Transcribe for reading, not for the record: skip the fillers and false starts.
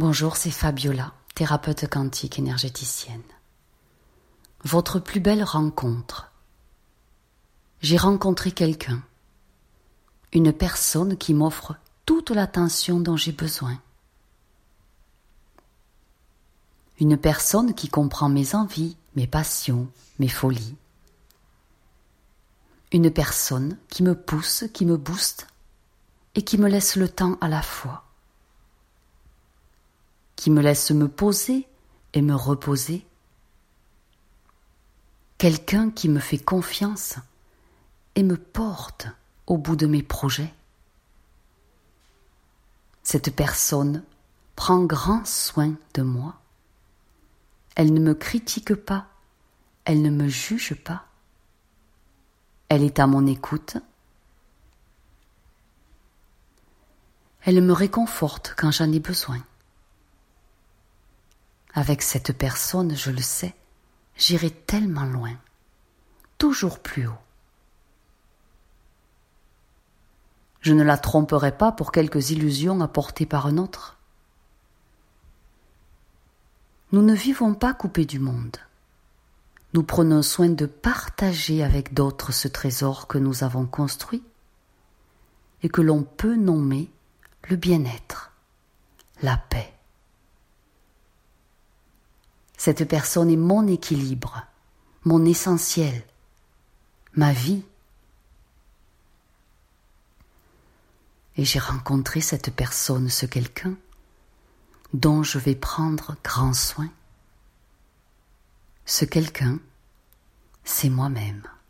Bonjour, c'est Fabiola, thérapeute quantique énergéticienne. Votre plus belle rencontre. J'ai rencontré quelqu'un, une personne qui m'offre toute l'attention dont j'ai besoin. Une personne qui comprend mes envies, mes passions, mes folies. Une personne qui me pousse, qui me booste et qui me laisse le temps à la fois. Qui me laisse me poser et me reposer. Quelqu'un qui me fait confiance et me porte au bout de mes projets. Cette personne prend grand soin de moi. Elle ne me critique pas, elle ne me juge pas. Elle est à mon écoute. Elle me réconforte quand j'en ai besoin. Avec cette personne, je le sais, j'irai tellement loin, toujours plus haut. Je ne la tromperai pas pour quelques illusions apportées par un autre. Nous ne vivons pas coupés du monde. Nous prenons soin de partager avec d'autres ce trésor que nous avons construit et que l'on peut nommer le bien-être, la paix. Cette personne est mon équilibre, mon essentiel, ma vie. Et j'ai rencontré cette personne, ce quelqu'un, dont je vais prendre grand soin. Ce quelqu'un, c'est moi-même.